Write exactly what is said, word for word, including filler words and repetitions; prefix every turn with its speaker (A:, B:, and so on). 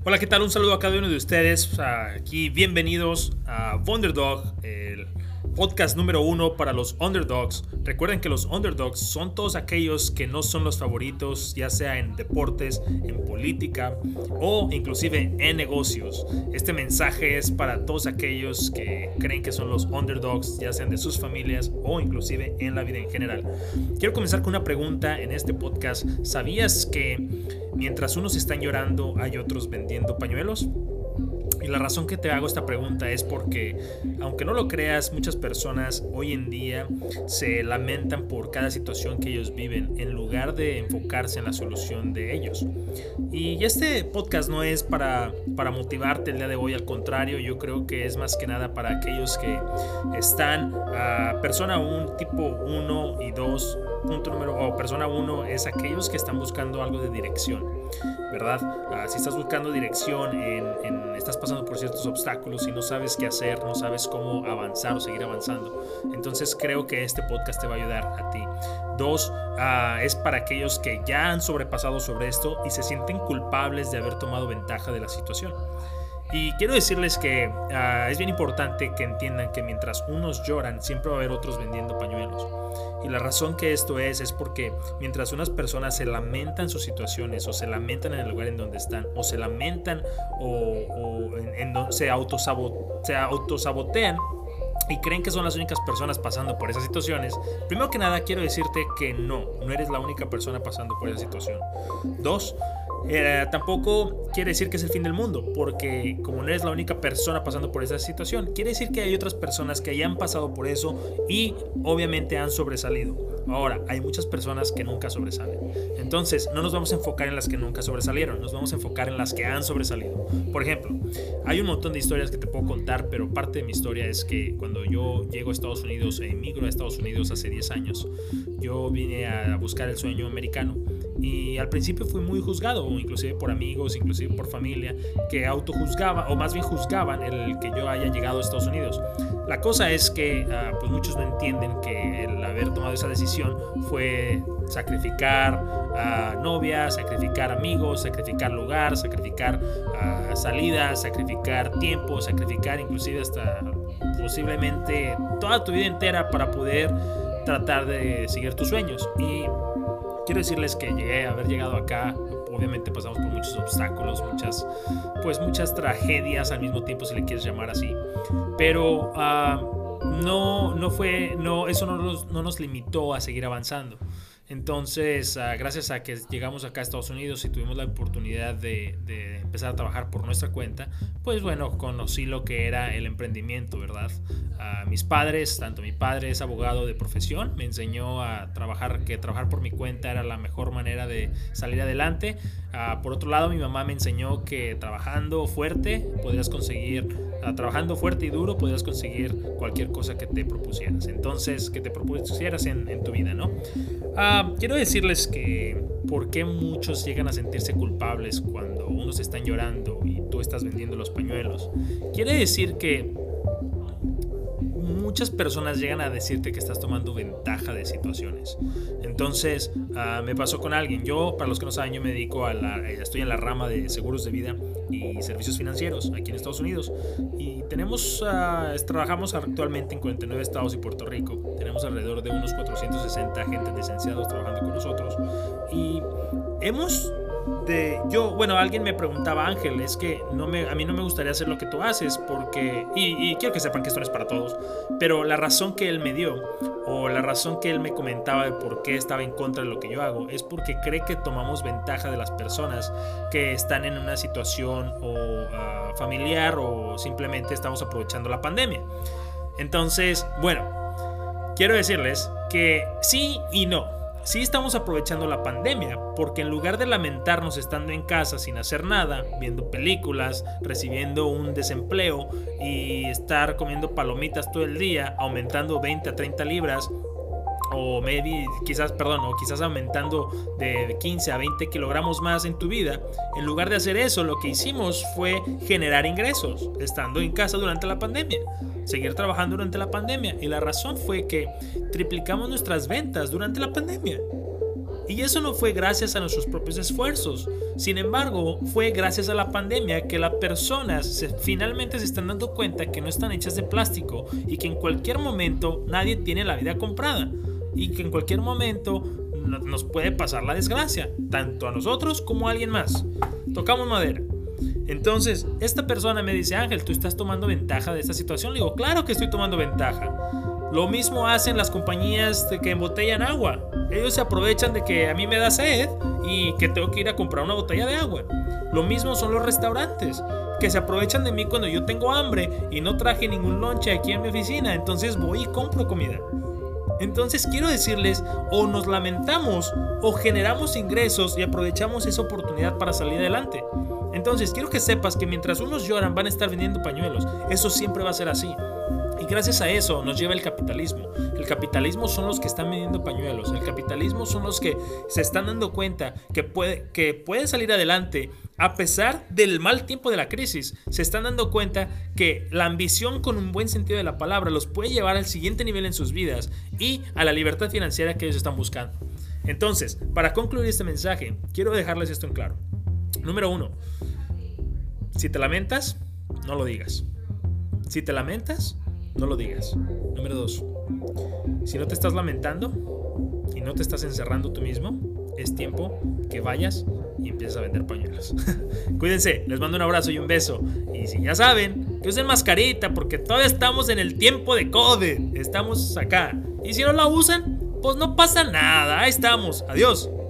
A: Hola, ¿qué tal? Un saludo a cada uno de ustedes. Aquí, bienvenidos a Wonderdog, el podcast número uno para los underdogs. Recuerden que los underdogs son todos aquellos que no son los favoritos, ya sea en deportes, en política o inclusive en negocios. Este mensaje es para todos aquellos que creen que son los underdogs, ya sean de sus familias o inclusive en la vida en general. Quiero comenzar con una pregunta en este podcast. ¿Sabías que mientras unos están llorando, hay otros vendiendo pañuelos? Y la razón que te hago esta pregunta es porque, aunque no lo creas, muchas personas hoy en día se lamentan por cada situación que ellos viven en lugar de enfocarse en la solución de ellos. Y este podcast no es para, para motivarte el día de hoy, al contrario, yo creo que es más que nada para aquellos que están a uh, persona uno, tipo uno y dos, punto número, o persona uno es aquellos que están buscando algo de dirección, ¿verdad? Uh, si estás buscando dirección, en, en, estás pasando por ciertos obstáculos y no sabes qué hacer, no sabes cómo avanzar o seguir avanzando, entonces creo que este podcast te va a ayudar a ti. Dos, uh, es para aquellos que ya han sobrepasado sobre esto y se sienten culpables de haber tomado ventaja de la situación. Y quiero decirles que uh, es bien importante que entiendan que mientras unos lloran, siempre va a haber otros vendiendo pañuelos. Y la razón que esto es, es porque mientras unas personas se lamentan sus situaciones, o se lamentan en el lugar en donde están, o se lamentan, o, o en, en, se, autosabot, se autosabotean, y creen que son las únicas personas pasando por esas situaciones, primero que nada quiero decirte que no, no eres la única persona pasando por esa situación. Dos, Eh, tampoco quiere decir que es el fin del mundo, porque como no eres la única persona pasando por esa situación, quiere decir que hay otras personas que ya han pasado por eso y obviamente han sobresalido. Ahora, hay muchas personas que nunca sobresalen, entonces no nos vamos a enfocar en las que nunca sobresalieron, nos vamos a enfocar en las que han sobresalido. Por ejemplo, hay un montón de historias que te puedo contar, pero parte de mi historia es que cuando yo llego a Estados Unidos, emigro a Estados Unidos hace diez años, yo vine a buscar el sueño americano. Y al principio fui muy juzgado, inclusive por amigos, inclusive por familia, que autojuzgaban, o más bien juzgaban el que yo haya llegado a Estados Unidos. La cosa es que uh, pues muchos no entienden que el haber tomado esa decisión fue sacrificar a uh, novias, sacrificar amigos, sacrificar lugar, sacrificar uh, salidas, sacrificar tiempo, sacrificar inclusive hasta posiblemente toda tu vida entera para poder tratar de seguir tus sueños. Y quiero decirles que llegué a haber llegado acá, obviamente pasamos por muchos obstáculos, muchas, pues muchas tragedias al mismo tiempo, si le quieres llamar así, pero uh, no, no fue, no, eso no nos, no nos limitó a seguir avanzando. Entonces, uh, gracias a que llegamos acá a Estados Unidos y tuvimos la oportunidad de, de empezar a trabajar por nuestra cuenta, pues bueno, conocí lo que era el emprendimiento, ¿verdad? Uh, mis padres, tanto mi padre es abogado de profesión, me enseñó a trabajar, que trabajar por mi cuenta era la mejor manera de salir adelante. Uh, por otro lado, mi mamá me enseñó que trabajando fuerte podrías conseguir, uh, trabajando fuerte y duro podrías conseguir cualquier cosa que te propusieras. Entonces, que te propusieras en, en tu vida, ¿no? Uh, quiero decirles que por qué muchos llegan a sentirse culpables cuando unos están llorando y tú estás vendiendo los pañuelos. Quiere decir que muchas personas llegan a decirte que estás tomando ventaja de situaciones. Entonces, uh, me pasó con alguien. Yo, para los que no saben, yo me dedico a la, estoy en la rama de seguros de vida y servicios financieros aquí en Estados Unidos. Y tenemos, uh, trabajamos actualmente en cuarenta y nueve estados y Puerto Rico. Tenemos alrededor de unos cuatrocientos sesenta agentes licenciados trabajando con nosotros. Y hemos de yo, bueno, alguien me preguntaba, Ángel, es que no me, a mí no me gustaría hacer lo que tú haces porque, y, y quiero que sepan que esto no es para todos, pero la razón que él me dio, o la razón que él me comentaba de por qué estaba en contra de lo que yo hago, es porque cree que tomamos ventaja de las personas que están en una situación o uh, familiar, o simplemente estamos aprovechando la pandemia. Entonces, bueno, quiero decirles que sí y no. Sí estamos aprovechando la pandemia, porque en lugar de lamentarnos estando en casa sin hacer nada, viendo películas, recibiendo un desempleo y estar comiendo palomitas todo el día, aumentando veinte a treinta libras, o maybe, quizás, perdón, o quizás aumentando de quince a veinte kilogramos más en tu vida, en lugar de hacer eso, lo que hicimos fue generar ingresos, estando en casa durante la pandemia, seguir trabajando durante la pandemia, y la razón fue que triplicamos nuestras ventas durante la pandemia. Y eso no fue gracias a nuestros propios esfuerzos. Sin embargo, fue gracias a la pandemia que las personas se, finalmente se están dando cuenta que no están hechas de plástico y que en cualquier momento nadie tiene la vida comprada y que en cualquier momento nos puede pasar la desgracia, tanto a nosotros como a alguien más. Tocamos madera. Entonces, esta persona me dice: Ángel, ¿tú estás tomando ventaja de esta situación? Le digo: claro que estoy tomando ventaja. Lo mismo hacen las compañías de que embotellan agua. Ellos se aprovechan de que a mí me da sed y que tengo que ir a comprar una botella de agua. Lo mismo son los restaurantes, que se aprovechan de mí cuando yo tengo hambre y no traje ningún lonche aquí en mi oficina, entonces voy y compro comida. Entonces quiero decirles, o nos lamentamos o generamos ingresos y aprovechamos esa oportunidad para salir adelante. Entonces quiero que sepas que mientras unos lloran van a estar vendiendo pañuelos. Eso siempre va a ser así. Y gracias a eso nos lleva el capitalismo. El capitalismo son los que están vendiendo pañuelos. El capitalismo son los que se están dando cuenta que, puede, que pueden salir adelante a pesar del mal tiempo de la crisis. Se están dando cuenta que la ambición, con un buen sentido de la palabra, los puede llevar al siguiente nivel en sus vidas y a la libertad financiera que ellos están buscando. Entonces, para concluir este mensaje, quiero dejarles esto en claro. Número uno, si te lamentas, no lo digas. Si te lamentas, no lo digas. Número dos, si no te estás lamentando y no te estás encerrando tú mismo, es tiempo que vayas y empieces a vender pañuelos. Cuídense, les mando un abrazo y un beso. Y si ya saben, que usen mascarita porque todavía estamos en el tiempo de COVID. Estamos acá. Y si no la usan, pues no pasa nada. Ahí estamos. Adiós.